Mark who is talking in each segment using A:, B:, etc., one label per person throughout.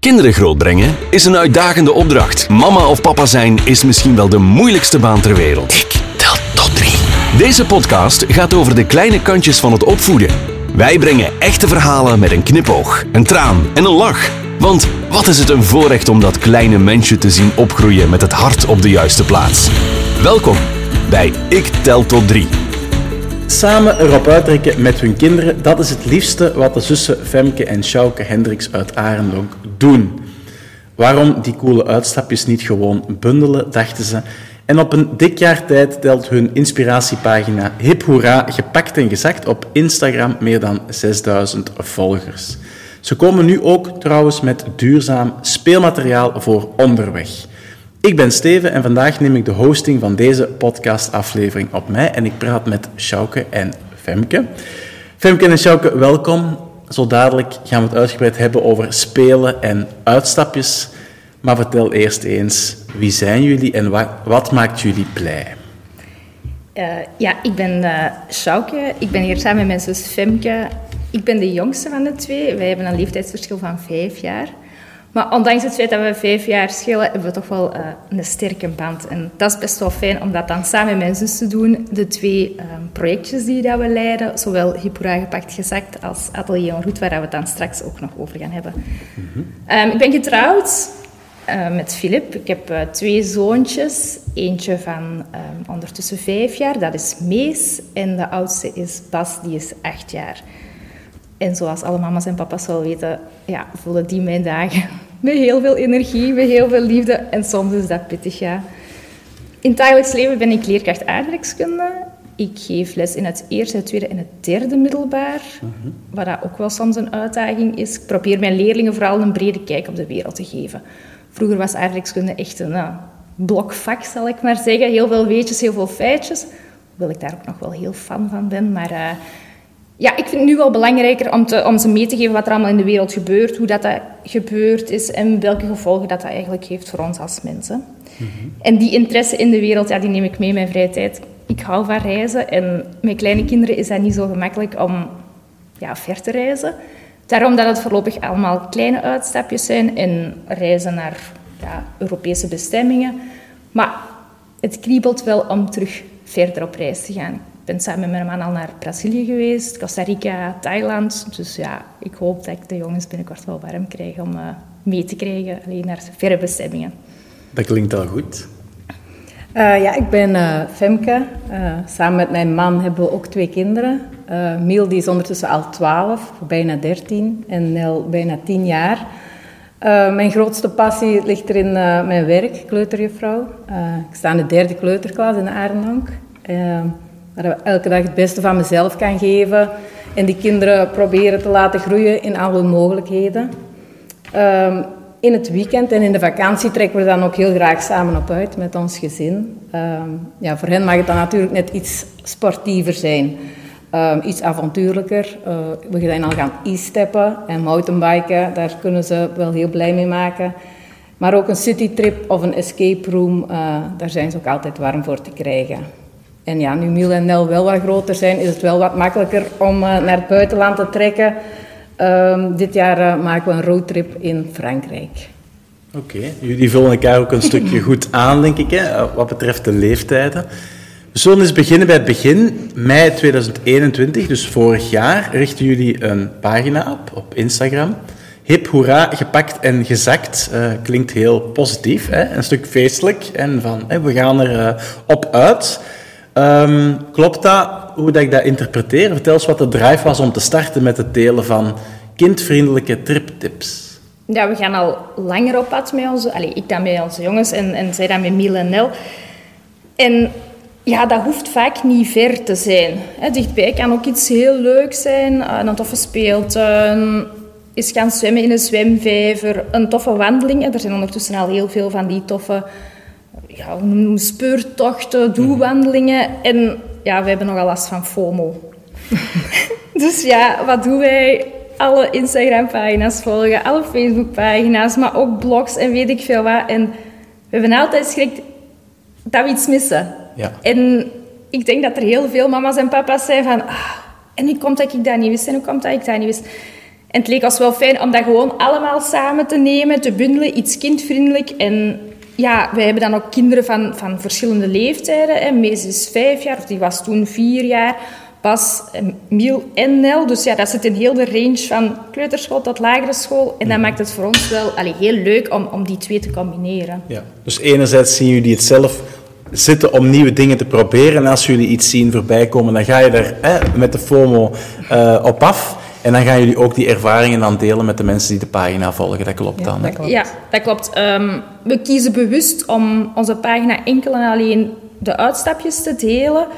A: Kinderen grootbrengen is een uitdagende opdracht. Mama of papa zijn is misschien wel de moeilijkste baan ter wereld. Ik tel tot 3. Deze podcast gaat over de kleine kantjes van het opvoeden. Wij brengen echte verhalen met een knipoog, een traan en een lach. Want wat is het een voorrecht om dat kleine mensje te zien opgroeien met het hart op de juiste plaats. Welkom bij Ik tel tot 3.
B: Samen erop uittrekken met hun kinderen, dat is het liefste wat de zussen Femke en Sjouke Hendricks uit Arendonk doen. Waarom die coole uitstapjes niet gewoon bundelen, dachten ze. En op een dik jaar tijd telt hun inspiratiepagina Hip Hoera gepakt en gezakt op Instagram meer dan 6000 volgers. Ze komen nu ook trouwens met duurzaam speelmateriaal voor onderweg. Ik ben Steven en vandaag neem ik de hosting van deze podcastaflevering op mij en ik praat met Sjouke en Femke. Femke en Sjouke, welkom. Zo dadelijk gaan we het uitgebreid hebben over spelen en uitstapjes. Maar vertel eerst eens, wie zijn jullie en wat maakt jullie blij?
C: Ik ben Sjouke. Ik ben hier samen met mijn zus Femke. Ik ben de jongste van de twee. Wij hebben een leeftijdsverschil van 5 jaar. Maar ondanks het feit dat we 5 jaar schelen, hebben we toch wel een sterke band. En dat is best wel fijn om dat dan samen met mijn zus te doen. De 2 projectjes die dat we leiden, zowel Hip Hoera gepakt gezakt als Atelier en Route, waar we het dan straks ook nog over gaan hebben. Mm-hmm. Ik ben getrouwd met Filip. Ik heb 2 zoontjes. Eentje van ondertussen 5 jaar, dat is Mees. En de oudste is Bas, die is 8 jaar. En zoals alle mama's en papa's wel weten, vullen die mijn dagen met heel veel energie, met heel veel liefde. En soms is dat pittig, ja. In het dagelijks leven ben ik leerkracht aardrijkskunde. Ik geef les in het eerste, het tweede en het derde middelbaar. Wat dat ook wel soms een uitdaging is. Ik probeer mijn leerlingen vooral een brede kijk op de wereld te geven. Vroeger was aardrijkskunde echt een blokvak, zal ik maar zeggen. Heel veel weetjes, heel veel feitjes. Hoewel ik daar ook nog wel heel fan van ben, maar... ik vind het nu wel belangrijker om ze mee te geven wat er allemaal in de wereld gebeurt, hoe dat gebeurd is en welke gevolgen dat eigenlijk heeft voor ons als mensen. Mm-hmm. En die interesse in de wereld, die neem ik mee in mijn vrije tijd. Ik hou van reizen en met kleine kinderen is dat niet zo gemakkelijk om ver te reizen. Daarom dat het voorlopig allemaal kleine uitstapjes zijn en reizen naar Europese bestemmingen. Maar het kriebelt wel om terug verder op reis te gaan. Ik ben samen met mijn man al naar Brazilië geweest, Costa Rica, Thailand. Dus ik hoop dat ik de jongens binnenkort wel warm krijg om mee te krijgen naar verre bestemmingen.
B: Dat klinkt al goed.
D: Ik ben Femke. Samen met mijn man hebben we ook 2 kinderen. Miel die is ondertussen al 12, bijna 13 en Nel bijna 10 jaar. Mijn grootste passie ligt er in mijn werk, kleuterjuffrouw. Ik sta in de 3e kleuterklas in Arendonk. Waar ik elke dag het beste van mezelf kan geven. En die kinderen proberen te laten groeien in al hun mogelijkheden. In het weekend en in de vakantie trekken we dan ook heel graag samen op uit met ons gezin. Voor hen mag het dan natuurlijk net iets sportiever zijn. Iets avontuurlijker. We zijn al gaan e-steppen en mountainbiken. Daar kunnen ze wel heel blij mee maken. Maar ook een citytrip of een escape room, daar zijn ze ook altijd warm voor te krijgen. En nu Miel en Nel wel wat groter zijn, is het wel wat makkelijker om naar het buitenland te trekken. Dit jaar maken we een roadtrip in Frankrijk.
B: Oké, jullie vullen elkaar ook een stukje goed aan, denk ik, wat betreft de leeftijden. We zullen eens beginnen bij het begin. Mei 2021, dus vorig jaar, richten jullie een pagina op Instagram. Hip Hoera gepakt en gezakt, klinkt heel positief, een stuk feestelijk. En van, we gaan er op uit. Klopt dat, hoe dat ik dat interpreteer? Vertel eens wat de drive was om te starten met het delen van kindvriendelijke triptips.
C: Ja, we gaan al langer op pad met ik dan met onze jongens en zij dan met Miel en Nel. En dat hoeft vaak niet ver te zijn. Dichtbij kan ook iets heel leuks zijn. Een toffe speeltuin, eens gaan zwemmen in een zwemvijver, een toffe wandeling. Er zijn ondertussen al heel veel van die toffe... speurtochten, doelwandelingen. En we hebben nogal last van FOMO. Dus wat doen wij? Alle Instagram-pagina's volgen, alle Facebook-pagina's, maar ook blogs en weet ik veel wat. En we hebben altijd schrik dat we iets missen. Ja. En ik denk dat er heel veel mama's en papa's zijn van... en hoe komt dat ik dat niet wist? En hoe komt dat ik dat niet wist? En het leek ons wel fijn om dat gewoon allemaal samen te nemen, te bundelen, iets kindvriendelijk. En ja, wij hebben dan ook kinderen van verschillende leeftijden. Mees is 5 jaar, of die was toen 4 jaar. Bas, Miel en Nel. Dus ja, dat zit in heel de range van kleuterschool tot lagere school. En dat maakt het voor ons wel heel leuk om die twee te combineren.
B: Ja. Dus enerzijds zien jullie het zelf zitten om nieuwe dingen te proberen. En als jullie iets zien voorbij komen, dan ga je er met de FOMO op af. En dan gaan jullie ook die ervaringen dan delen met de mensen die de pagina volgen. Dat klopt dan, hè?
C: Ja, dat klopt. We kiezen bewust om onze pagina enkel en alleen de uitstapjes te delen.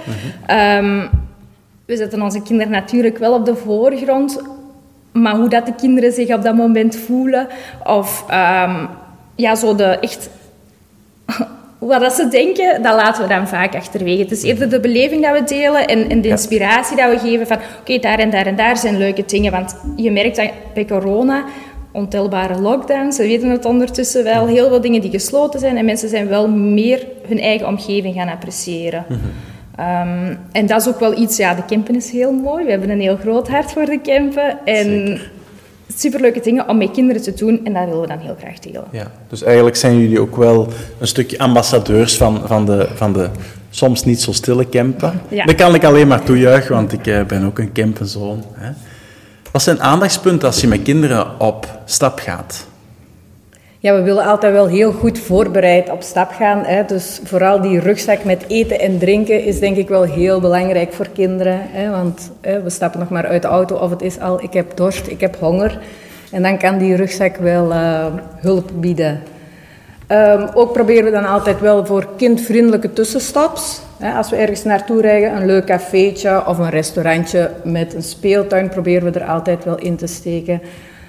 C: We zetten onze kinderen natuurlijk wel op de voorgrond. Maar hoe dat de kinderen zich op dat moment voelen, of zo de echt... Wat dat ze denken, dat laten we dan vaak achterwege. Het is eerder de beleving dat we delen en de inspiratie dat we geven van oké, daar en daar en daar zijn leuke dingen. Want je merkt dat bij corona, ontelbare lockdowns, we weten het ondertussen wel, heel veel dingen die gesloten zijn en mensen zijn wel meer hun eigen omgeving gaan appreciëren. En dat is ook wel iets, de campen is heel mooi. We hebben een heel groot hart voor de campen. En superleuke dingen om met kinderen te doen en dat willen we dan heel graag delen. Ja,
B: dus eigenlijk zijn jullie ook wel een stukje ambassadeurs van de soms niet zo stille campen. Ja. Dat kan ik alleen maar toejuichen, want ik ben ook een campenzoon. Hè. Wat zijn aandachtspunten als je met kinderen op stap gaat?
D: Ja, we willen altijd wel heel goed voorbereid op stap gaan. Hè. Dus vooral die rugzak met eten en drinken is denk ik wel heel belangrijk voor kinderen. Hè. Want we stappen nog maar uit de auto of het is al, ik heb dorst, ik heb honger. En dan kan die rugzak wel hulp bieden. Ook proberen we dan altijd wel voor kindvriendelijke tussenstops. Hè. Als we ergens naartoe rijden, een leuk cafeetje of een restaurantje met een speeltuin, proberen we er altijd wel in te steken.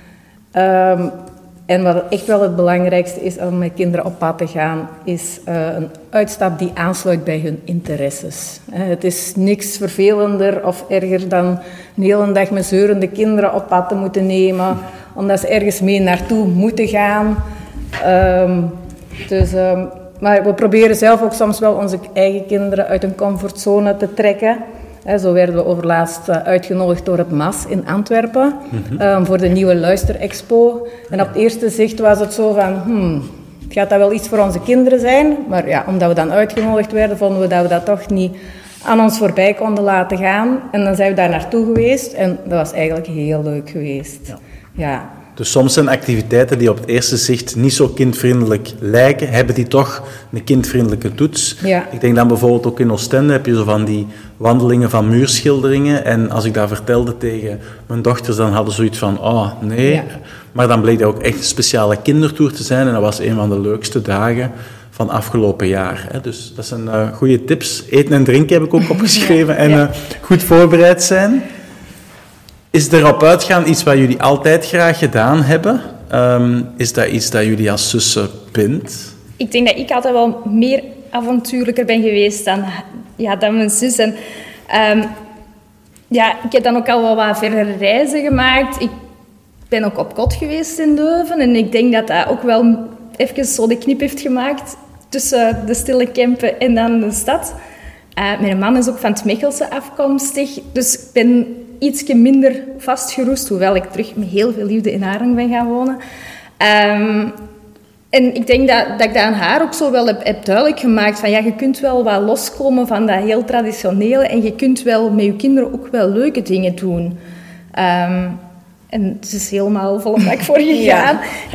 D: En wat echt wel het belangrijkste is om met kinderen op pad te gaan, is een uitstap die aansluit bij hun interesses. Het is niks vervelender of erger dan een hele dag met zeurende kinderen op pad te moeten nemen, omdat ze ergens mee naartoe moeten gaan. Maar we proberen zelf ook soms wel onze eigen kinderen uit een comfortzone te trekken. Zo werden we overlaatst uitgenodigd door het MAS in Antwerpen voor de nieuwe Luisterexpo. En op het eerste zicht was het zo van, gaat dat wel iets voor onze kinderen zijn? Maar ja, omdat we dan uitgenodigd werden, vonden we dat we dat toch niet aan ons voorbij konden laten gaan. En dan zijn we daar naartoe geweest en dat was eigenlijk heel leuk geweest. Ja.
B: Dus soms zijn activiteiten die op het eerste zicht niet zo kindvriendelijk lijken, hebben die toch een kindvriendelijke toets. Ja. Ik denk dan bijvoorbeeld ook in Oostende heb je zo van die wandelingen van muurschilderingen. En als ik dat vertelde tegen mijn dochters, dan hadden ze zoiets van, oh nee. Ja. Maar dan bleek dat ook echt een speciale kindertour te zijn. En dat was een van de leukste dagen van afgelopen jaar. Dus dat zijn goede tips. Eten en drinken heb ik ook opgeschreven. En goed voorbereid zijn. Is erop uitgaan iets wat jullie altijd graag gedaan hebben? Is dat iets dat jullie als zussen bindt?
C: Ik denk dat ik altijd wel meer avontuurlijker ben geweest dan mijn zus. En, ik heb dan ook al wel wat verdere reizen gemaakt. Ik ben ook op kot geweest in Leuven. En ik denk dat dat ook wel even zo de knip heeft gemaakt tussen de stille campen en dan de stad. Mijn man is ook van het Mechelse afkomstig. Dus ik ben ietsje minder vastgeroest, hoewel ik terug met heel veel liefde in Arnhem ben gaan wonen. En ik denk dat ik dat aan haar ook zo wel heb duidelijk gemaakt. Van je kunt wel wat loskomen van dat heel traditionele en je kunt wel met je kinderen ook wel leuke dingen doen. En het is helemaal volle bak voor gegaan.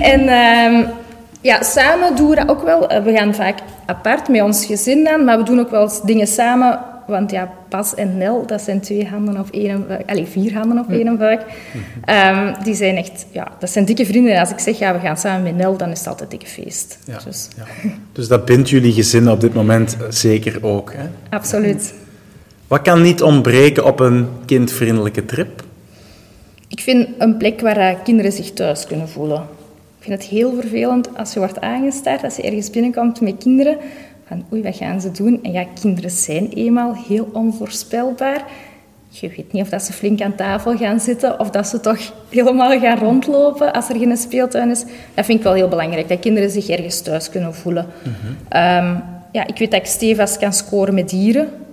C: En samen doen we dat ook wel. We gaan vaak apart met ons gezin dan, maar we doen ook wel dingen samen. Want Bas en Nel, dat zijn 2 handen op 1 buik. 4 handen op 1 buik. Die zijn echt, dat zijn dikke vrienden. En als ik zeg, we gaan samen met Nel, dan is het altijd een dikke feest.
B: Ja, Dus dat bindt jullie gezin op dit moment zeker ook, hè?
C: Absoluut.
B: Wat kan niet ontbreken op een kindvriendelijke trip?
C: Ik vind een plek waar kinderen zich thuis kunnen voelen. Ik vind het heel vervelend als je wordt aangestaard, als je ergens binnenkomt met kinderen. Van oei, wat gaan ze doen? En kinderen zijn eenmaal heel onvoorspelbaar. Je weet niet of dat ze flink aan tafel gaan zitten of dat ze toch helemaal gaan rondlopen als er geen speeltuin is. Dat vind ik wel heel belangrijk, dat kinderen zich ergens thuis kunnen voelen. Ik weet dat ik stevast kan scoren met dieren.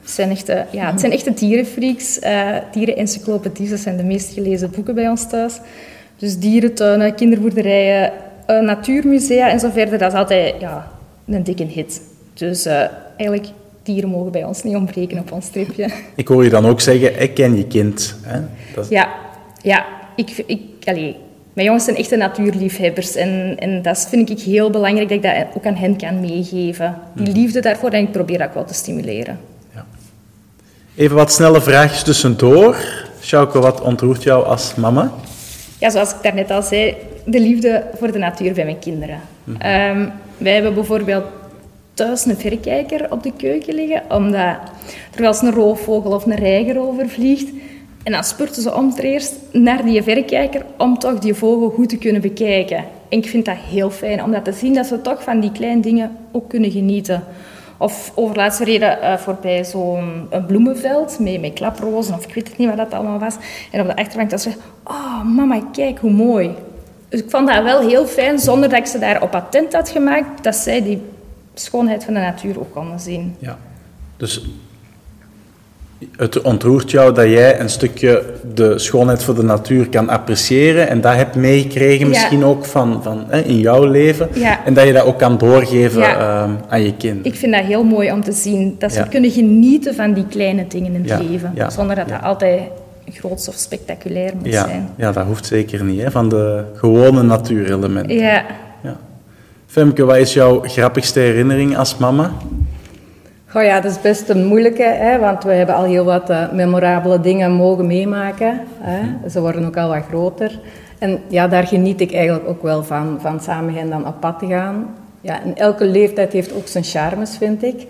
C: Het zijn echte dierenfreaks. Dierenencyclopedies, dat zijn de meest gelezen boeken bij ons thuis. Dus dierentuinen, kinderboerderijen, natuurmusea en zo verder. Dat is altijd een dikke hit. Dus eigenlijk, dieren mogen bij ons niet ontbreken op ons tripje.
B: Ik hoor je dan ook zeggen, ik ken je kind. Hè?
C: Ja. Mijn jongens zijn echte natuurliefhebbers. En dat vind ik heel belangrijk dat ik dat ook aan hen kan meegeven. Die liefde daarvoor, en ik probeer dat ook wel te stimuleren.
B: Ja. Even wat snelle vraagjes tussendoor. Sjouke, wat ontroert jou als mama?
C: Ja, zoals ik daarnet al zei, de liefde voor de natuur bij mijn kinderen. Wij hebben bijvoorbeeld thuis een verrekijker op de keuken liggen, omdat er wel eens een roofvogel of een reiger overvliegt. En dan spurten ze om het eerst naar die verrekijker om toch die vogel goed te kunnen bekijken. En ik vind dat heel fijn, om dat te zien dat ze toch van die kleine dingen ook kunnen genieten. Of overlaatst reden voorbij zo'n bloemenveld met klaprozen, of ik weet het niet wat dat allemaal was. En op de achterbank dat ze zeggen, oh mama, kijk hoe mooi. Dus ik vond dat wel heel fijn, zonder dat ik ze daar op attent had gemaakt, dat zij die schoonheid van de natuur ook konden zien.
B: Ja, dus het ontroert jou dat jij een stukje de schoonheid van de natuur kan appreciëren en dat hebt meegekregen misschien ook van in jouw leven en dat je dat ook kan doorgeven aan je kind.
C: Ik vind dat heel mooi om te zien, dat ze kunnen genieten van die kleine dingen in het leven, zonder dat dat altijd groots of spectaculair moet zijn.
B: Ja, dat hoeft zeker niet, hè? Van de gewone natuurelementen.
C: Ja.
B: Femke, wat is jouw grappigste herinnering als mama?
D: Goh ja, dat is best een moeilijke, hè, want we hebben al heel wat memorabele dingen mogen meemaken. Hè. Ze worden ook al wat groter. En ja, daar geniet ik eigenlijk ook wel van samen hen dan op pad te gaan. Ja, en elke leeftijd heeft ook zijn charmes, vind ik.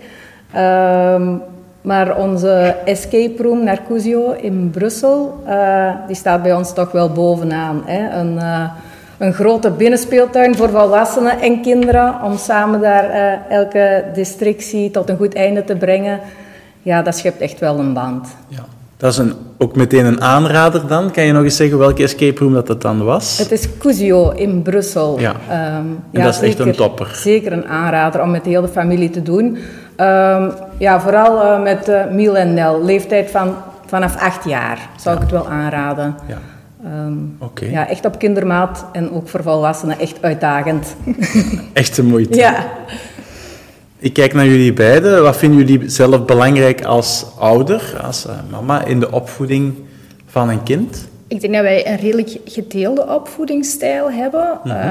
D: Maar onze escape room naar Cusio in Brussel, die staat bij ons toch wel bovenaan. Hè. Een grote binnenspeeltuin voor volwassenen en kinderen, om samen daar elke districtie tot een goed einde te brengen. Ja, dat schept echt wel een band.
B: Ja. Dat is ook meteen een aanrader dan. Kan je nog eens zeggen welke escape room dat dan was?
D: Het is Cusio in Brussel.
B: Ja, en dat is echt een topper.
D: Zeker een aanrader om met de hele familie te doen. Vooral met Miel en Nel, leeftijd vanaf 8 jaar, zou ik het wel aanraden. Ja. Ja, echt op kindermaat en ook voor volwassenen echt uitdagend.
B: Echte moeite.
D: Ja.
B: Ik kijk naar jullie beiden. Wat vinden jullie zelf belangrijk als ouder, als mama, in de opvoeding van een kind?
C: Ik denk dat wij een redelijk gedeelde opvoedingsstijl hebben.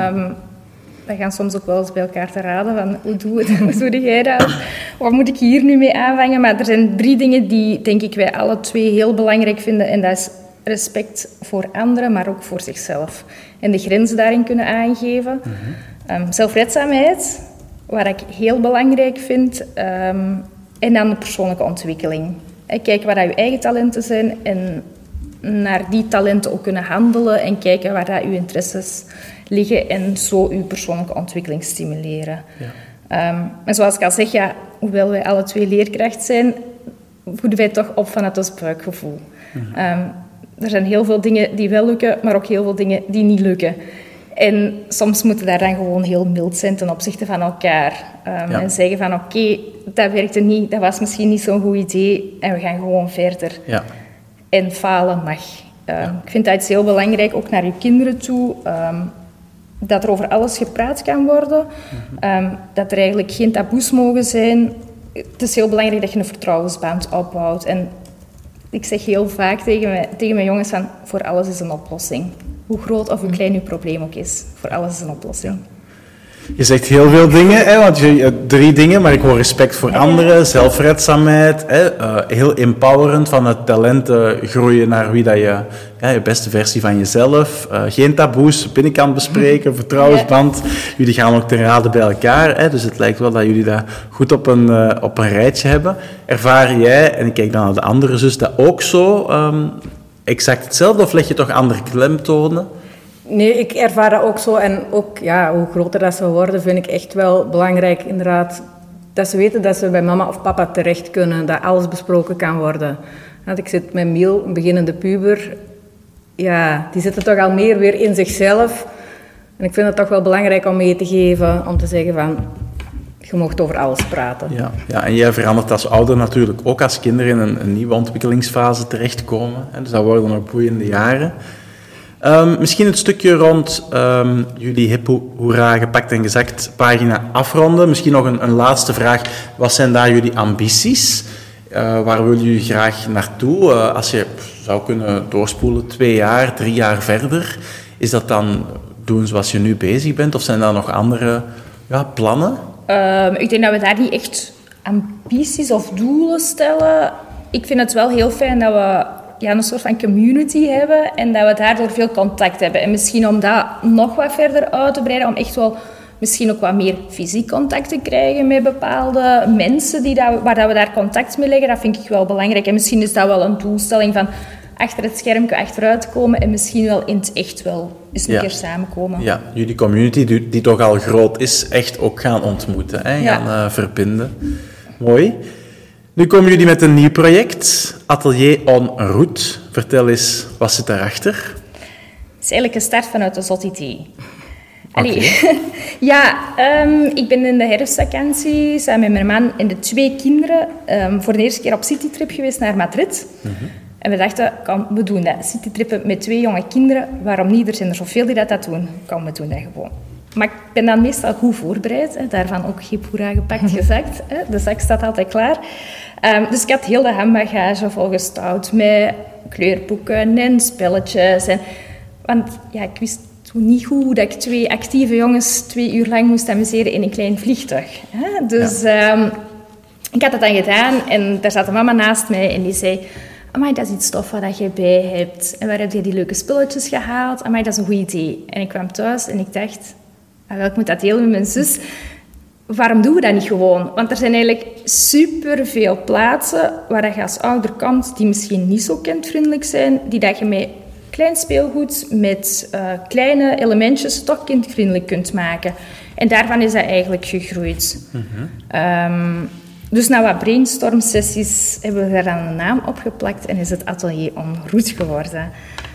C: We gaan soms ook wel eens bij elkaar te raden van hoe doe jij dat? Wat moet ik hier nu mee aanvangen? Maar er zijn 3 dingen die, denk ik, wij alle 2 heel belangrijk vinden. En dat is respect voor anderen, maar ook voor zichzelf. En de grenzen daarin kunnen aangeven. Zelfredzaamheid, wat ik heel belangrijk vind. En dan de persoonlijke ontwikkeling. Kijken wat je eigen talenten zijn en naar die talenten ook kunnen handelen en kijken waar dat uw interesses liggen en zo uw persoonlijke ontwikkeling stimuleren. Ja. En zoals ik al zeg, hoewel wij alle 2 leerkracht zijn, voeden wij toch op vanuit ons buikgevoel. Er zijn heel veel dingen die wel lukken, maar ook heel veel dingen die niet lukken. En soms moeten we daar dan gewoon heel mild zijn ten opzichte van elkaar. En zeggen van oké, dat werkte niet, dat was misschien niet zo'n goed idee en we gaan gewoon verder. Ja. En falen mag. Ik vind dat iets heel belangrijk, ook naar uw kinderen toe, dat er over alles gepraat kan worden. Dat er eigenlijk geen taboes mogen zijn. Het is heel belangrijk dat je een vertrouwensband opbouwt. En ik zeg heel vaak tegen mijn jongens van, voor alles is een oplossing. Hoe groot of hoe klein uw probleem ook is, voor alles is een oplossing.
B: Je zegt heel veel dingen, hè, want 3 dingen, maar ik hoor respect voor anderen, zelfredzaamheid, heel empowerend, van het talenten groeien naar wie dat je beste versie van jezelf, geen taboes, binnenkant bespreken, vertrouwensband. Jullie gaan ook ten rade bij elkaar, hè, dus het lijkt wel dat jullie dat goed op een rijtje hebben. Ervaar jij, en ik kijk dan naar de andere zus, dat ook zo exact hetzelfde, of leg je toch andere klemtonen?
D: Nee, ik ervaar dat ook zo. En ook, hoe groter dat ze worden, vind ik echt wel belangrijk, inderdaad, dat ze weten dat ze bij mama of papa terecht kunnen, dat alles besproken kan worden. Want ik zit met Miel, een beginnende puber, die zitten toch al meer weer in zichzelf. En ik vind het toch wel belangrijk om mee te geven, om te zeggen van, je mocht over alles praten.
B: Ja, en jij verandert als ouder natuurlijk ook als kinderen in een nieuwe ontwikkelingsfase terechtkomen. Hè, dus dat worden nog boeiende jaren. Misschien het stukje rond jullie Hip Hoera Gepakt en Gezakt pagina afronden. Misschien nog een laatste vraag. Wat zijn daar jullie ambities? Waar willen jullie graag naartoe? Als je zou kunnen doorspoelen 2 jaar, 3 jaar verder, is dat dan doen zoals je nu bezig bent? Of zijn daar nog andere plannen?
C: Ik denk dat we daar niet echt ambities of doelen stellen. Ik vind het wel heel fijn dat we een soort van community hebben en dat we daardoor veel contact hebben. En misschien om dat nog wat verder uit te breiden, om echt wel misschien ook wat meer fysiek contact te krijgen met bepaalde mensen waar we daar contact mee leggen, dat vind ik wel belangrijk. En misschien is dat wel een doelstelling van achter het schermpje achteruit komen en misschien wel in het echt wel eens een keer samenkomen. Ja,
B: jullie community, die toch al groot is, echt ook gaan ontmoeten, hè? Gaan verbinden. Mooi. Nu komen jullie met een nieuw project, Atelier en Route. Vertel eens, wat zit daarachter?
C: Het is eigenlijk een start vanuit de Zot-idee.
B: Okay.
C: Ik ben in de herfstvakantie samen met mijn man en de 2 kinderen voor de eerste keer op citytrip geweest naar Madrid. Mm-hmm. En we dachten, kom, we doen dat. Citytrippen met 2 jonge kinderen, waarom niet? Er zijn er zoveel die dat doen. Kom, we doen dat gewoon. Maar ik ben dan meestal goed voorbereid. Hè. Daarvan ook Hip Hoera Gepakt Gezakt. Hè. De zak staat altijd klaar. Dus ik had heel de handbagage volgestouwd met kleurboeken en spelletjes. Want ik wist toen niet goed hoe dat ik 2 actieve jongens 2 uur lang moest amuseren in een klein vliegtuig. Hè. Dus ik had dat dan gedaan en daar zat een mama naast mij en die zei: amai, dat is iets tof wat je bij hebt. En waar heb je die leuke spulletjes gehaald? Amai, dat is een goed idee. En ik kwam thuis en ik dacht, ik moet dat delen met mijn zus. Waarom doen we dat niet gewoon? Want er zijn eigenlijk superveel plaatsen waar je als ouder komt die misschien niet zo kindvriendelijk zijn, die dat je met klein speelgoed, met kleine elementjes toch kindvriendelijk kunt maken. En daarvan is dat eigenlijk gegroeid. Mm-hmm. Dus na wat brainstorm-sessies hebben we daar dan een naam opgeplakt en is het Atelier en Route geworden.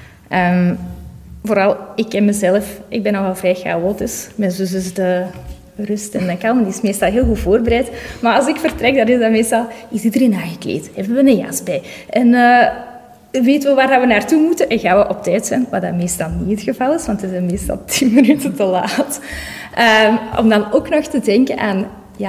C: Vooral ik en mezelf, ik ben nogal vrij chaotisch. Mijn zus is de rust en de kalm, die is meestal heel goed voorbereid. Maar als ik vertrek, dan is dat meestal, is iedereen aangekleed? Hebben we een jas bij? En weten we waar we naartoe moeten? En gaan we op tijd zijn? Wat dat meestal niet het geval is, want we zijn meestal 10 minuten te laat. Om dan ook nog te denken aan,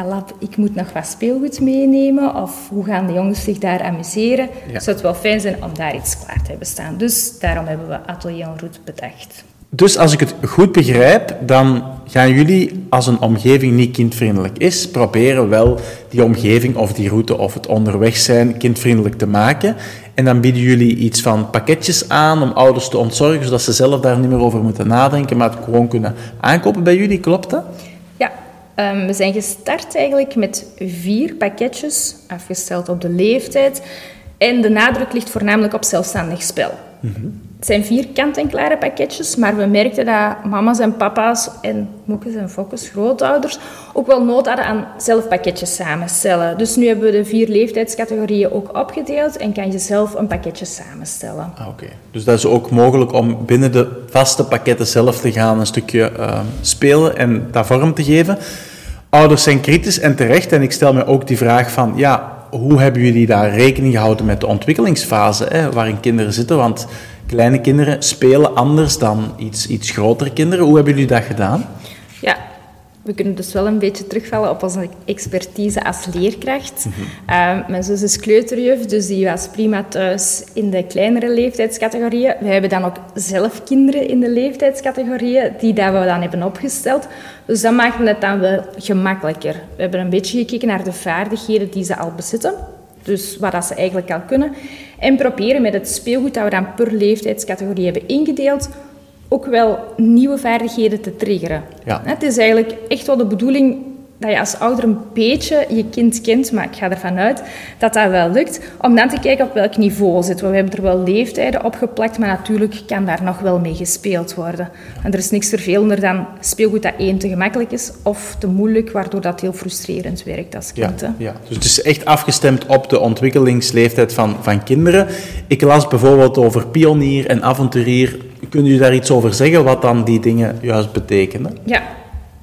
C: ik moet nog wat speelgoed meenemen, of hoe gaan de jongens zich daar amuseren? Ja. Zou het wel fijn zijn om daar iets klaar te hebben staan. Dus daarom hebben we Atelier en Route bedacht.
B: Dus als ik het goed begrijp, dan gaan jullie, als een omgeving niet kindvriendelijk is, proberen wel die omgeving of die route of het onderweg zijn kindvriendelijk te maken. En dan bieden jullie iets van pakketjes aan om ouders te ontzorgen, zodat ze zelf daar niet meer over moeten nadenken, maar het gewoon kunnen aankopen bij jullie. Klopt dat?
C: Ja. We zijn gestart eigenlijk met 4 pakketjes, afgesteld op de leeftijd. En de nadruk ligt voornamelijk op zelfstandig spel. Mm-hmm. Het zijn 4 kant-en-klare pakketjes, maar we merkten dat mama's en papa's en moekes en fokkes, grootouders, ook wel nood hadden aan zelf pakketjes samenstellen. Dus nu hebben we de 4 leeftijdscategorieën ook opgedeeld en kan je zelf een pakketje samenstellen.
B: Oké. Dus dat is ook mogelijk om binnen de vaste pakketten zelf te gaan een stukje spelen en dat vorm te geven. Ouders zijn kritisch en terecht en ik stel me ook die vraag van, hoe hebben jullie daar rekening gehouden met de ontwikkelingsfase waarin kinderen zitten? Want kleine kinderen spelen anders dan iets grotere kinderen. Hoe hebben jullie dat gedaan?
C: Ja, we kunnen dus wel een beetje terugvallen op onze expertise als leerkracht. Mm-hmm. Mijn zus is kleuterjuf, dus die was prima thuis in de kleinere leeftijdscategorieën. We hebben dan ook zelf kinderen in de leeftijdscategorieën die dat we dan hebben opgesteld. Dus dat maakt het dan wel gemakkelijker. We hebben een beetje gekeken naar de vaardigheden die ze al bezitten. Dus wat ze eigenlijk al kunnen. En proberen met het speelgoed dat we dan per leeftijdscategorie hebben ingedeeld, ook wel nieuwe vaardigheden te triggeren. Ja. Het is eigenlijk echt wel de bedoeling dat je als ouder een beetje je kind kent, maar ik ga ervan uit dat dat wel lukt, om dan te kijken op welk niveau zitten we. We hebben er wel leeftijden opgeplakt, maar natuurlijk kan daar nog wel mee gespeeld worden. En er is niks vervelender dan speelgoed dat te gemakkelijk is of te moeilijk, waardoor dat heel frustrerend werkt als kind.
B: Ja. Dus het is echt afgestemd op de ontwikkelingsleeftijd van kinderen. Ik las bijvoorbeeld over pionier en avonturier. Kunnen jullie daar iets over zeggen, wat dan die dingen juist betekenen?
C: Ja.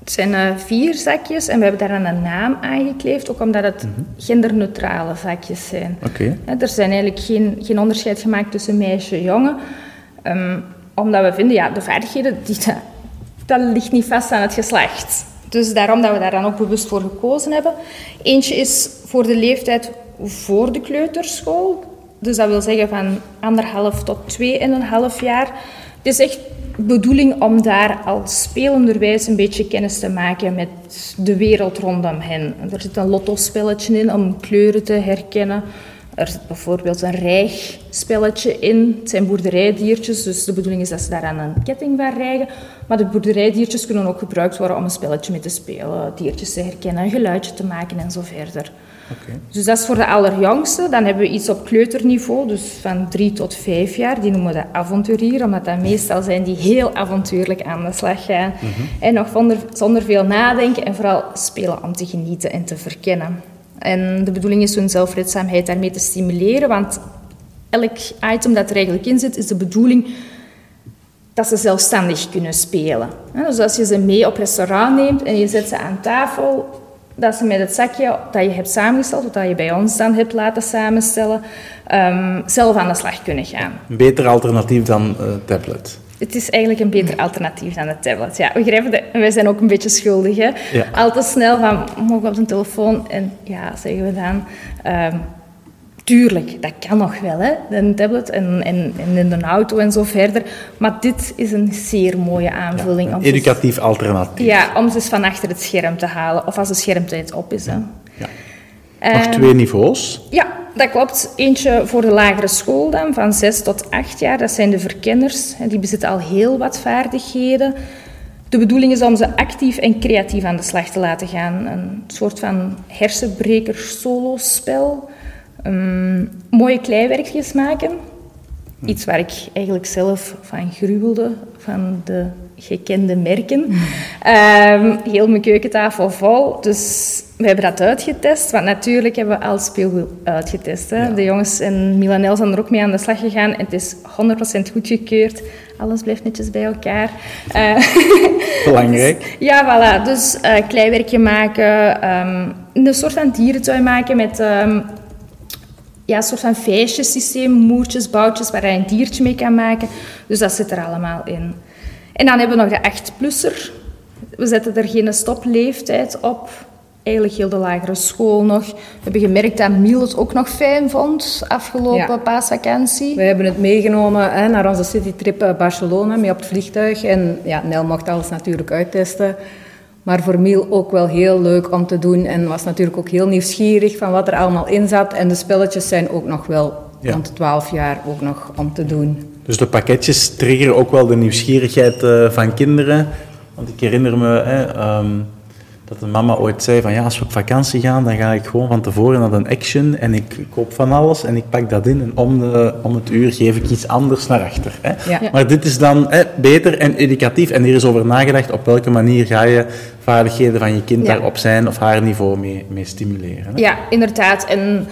C: Het zijn 4 zakjes en we hebben daar een naam aan gekleefd, ook omdat het genderneutrale zakjes zijn.
B: Oké.
C: Er zijn eigenlijk geen onderscheid gemaakt tussen meisje en jongen. Omdat we vinden, de vaardigheden, dat ligt niet vast aan het geslacht. Dus daarom dat we daar dan ook bewust voor gekozen hebben. Eentje is voor de leeftijd voor de kleuterschool. Dus dat wil zeggen van 1,5 tot 2,5 jaar. Het is echt de bedoeling om daar al spelenderwijs een beetje kennis te maken met de wereld rondom hen. Er zit een lottospelletje in om kleuren te herkennen. Er zit bijvoorbeeld een rijgspelletje in. Het zijn boerderijdiertjes, dus de bedoeling is dat ze daar aan een ketting van rijgen. Maar de boerderijdiertjes kunnen ook gebruikt worden om een spelletje mee te spelen, diertjes te herkennen, een geluidje te maken en zo verder.
B: Okay.
C: Dus dat is voor de allerjongste. Dan hebben we iets op kleuterniveau, dus van 3 tot 5 jaar. Die noemen we de avonturier, omdat dat meestal zijn die heel avontuurlijk aan de slag gaan. En nog zonder veel nadenken en vooral spelen om te genieten en te verkennen. En de bedoeling is hun zelfredzaamheid daarmee te stimuleren, want elk item dat er eigenlijk in zit, is de bedoeling dat ze zelfstandig kunnen spelen. Dus als je ze mee op restaurant neemt en je zet ze aan tafel, dat ze met het zakje dat je hebt samengesteld, of dat je bij ons dan hebt laten samenstellen, zelf aan de slag kunnen gaan.
B: Een beter alternatief dan tablet.
C: Het is eigenlijk een beter alternatief dan de tablet. Ja, wij zijn ook een beetje schuldig. Hè?
B: Ja.
C: Al te snel van, mogen we op de telefoon? En ja, zeggen we dan... tuurlijk, dat kan nog wel, hè? Een tablet en in de auto en zo verder. Maar dit is een zeer mooie aanvulling.
B: Een educatief alternatief.
C: Ja, om ze eens van achter het scherm te halen. Of als de schermtijd op is. Hè.
B: Ja. Nog 2 niveaus.
C: Ja, dat klopt. Eentje voor de lagere school dan, van 6 tot 8 jaar. Dat zijn de verkenners. Die bezitten al heel wat vaardigheden. De bedoeling is om ze actief en creatief aan de slag te laten gaan. Een soort van hersenbreker-solospel. Mooie kleiwerkjes maken. Iets waar ik eigenlijk zelf van gruwelde, van de gekende merken. Heel mijn keukentafel vol. Dus we hebben dat uitgetest, want natuurlijk hebben we al speelgoed uitgetest. Hè. Ja. De jongens en Milanel zijn er ook mee aan de slag gegaan en het is 100% goedgekeurd. Alles blijft netjes bij elkaar.
B: Belangrijk.
C: Dus, ja, voilà. Dus kleiwerkje maken, een soort van dierentuin maken met... een soort van feestjesysteem, moertjes, boutjes, waar je een diertje mee kan maken. Dus dat zit er allemaal in. En dan hebben we nog de 8-plusser. We zetten er geen stopleeftijd op. Eigenlijk heel de lagere school nog. We hebben gemerkt dat Miel het ook nog fijn vond, afgelopen paasvakantie.
D: We hebben het meegenomen naar onze citytrip Barcelona, mee op het vliegtuig. En Nel mocht alles natuurlijk uittesten. Maar voor Miel ook wel heel leuk om te doen. En was natuurlijk ook heel nieuwsgierig van wat er allemaal in zat. En de spelletjes zijn ook nog wel rond de 12 jaar ook nog om te doen. Dus
B: de pakketjes triggeren ook wel de nieuwsgierigheid van kinderen. Want ik herinner me dat de mama ooit zei van als we op vakantie gaan, dan ga ik gewoon van tevoren naar een Action en ik koop van alles en ik pak dat in en om het uur geef ik iets anders naar achter. Hè. Ja. Maar dit is dan beter en educatief en er is over nagedacht op welke manier ga je vaardigheden van je kind daar op zijn of haar niveau mee stimuleren. Hè.
C: Ja, inderdaad. En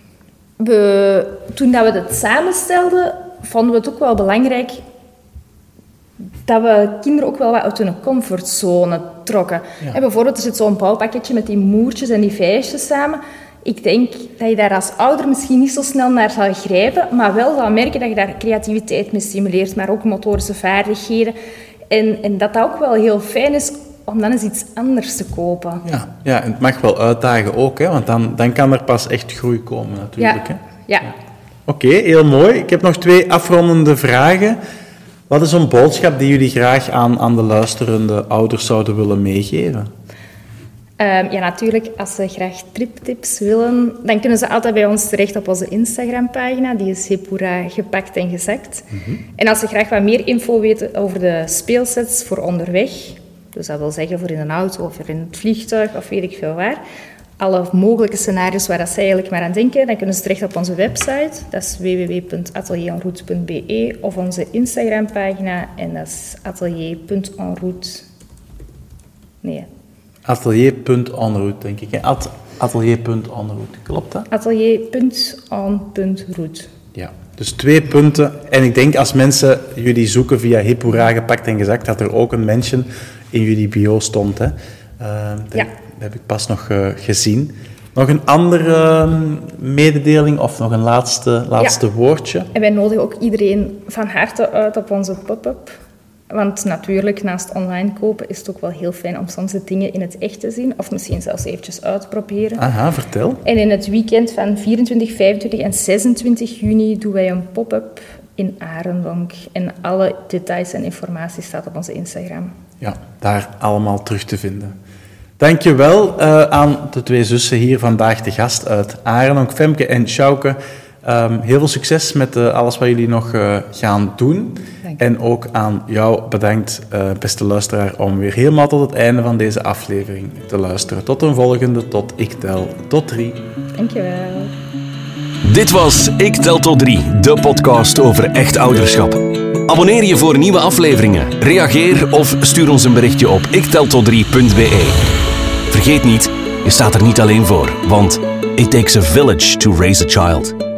C: toen dat we het samenstelden, vonden we het ook wel belangrijk dat we kinderen ook wel wat uit hun comfortzone trokken. Ja. En bijvoorbeeld, er zit zo'n bouwpakketje met die moertjes en die vijsjes samen. Ik denk dat je daar als ouder misschien niet zo snel naar zal grijpen, maar wel zal merken dat je daar creativiteit mee stimuleert, maar ook motorische vaardigheden. En dat ook wel heel fijn is om dan eens iets anders te kopen.
B: Ja, en het mag wel uitdagen ook, hè, want dan kan er pas echt groei komen natuurlijk.
C: Ja.
B: Hè?
C: Ja.
B: Oké, heel mooi. Ik heb nog 2 afrondende vragen. Wat is een boodschap die jullie graag aan de luisterende ouders zouden willen meegeven?
C: Natuurlijk, als ze graag triptips willen, dan kunnen ze altijd bij ons terecht op onze Instagram-pagina. Die is Hepura gepakt en gezakt. En als ze graag wat meer info weten over de speelsets voor onderweg, dus dat wil zeggen voor in een auto of in het vliegtuig of weet ik veel waar, alle mogelijke scenario's waar dat zij eigenlijk maar aan denken, dan kunnen ze terecht op onze website. Dat is www.atelierenroute.be of onze Instagram-pagina en dat is atelier.enroute. Nee.
B: Atelier.enroute, denk ik. Hè? Atelier.enroute, klopt dat?
C: Atelier.en.route.
B: Ja, Dus 2 punten. En ik denk als mensen jullie zoeken via Hip Hoera Gepakt en Gezakt, dat er ook een mention in jullie bio stond. Hè? Dat heb ik pas nog gezien. Nog een andere mededeling of nog een laatste woordje?
C: En wij nodigen ook iedereen van harte uit op onze pop-up. Want natuurlijk, naast online kopen is het ook wel heel fijn om soms de dingen in het echt te zien. Of misschien zelfs eventjes uit te proberen.
B: Aha, vertel.
C: En in het weekend van 24, 25 en 26 juni doen wij een pop-up in Arendonk. En alle details en informatie staat op onze Instagram.
B: Ja, daar allemaal terug te vinden. Dankjewel aan de 2 zussen hier vandaag de gast uit Arendonk, Femke en Sjouke. Heel veel succes met alles wat jullie nog gaan doen. En ook aan jou bedankt, beste luisteraar, om weer helemaal tot het einde van deze aflevering te luisteren. Tot een volgende, tot Ik Tel tot 3.
C: Dankjewel.
A: Dit was Ik Tel tot 3, de podcast over echt ouderschap. Abonneer je voor nieuwe afleveringen, reageer of stuur ons een berichtje op ikteltot3.be. Vergeet niet, je staat er niet alleen voor, want it takes a village to raise a child.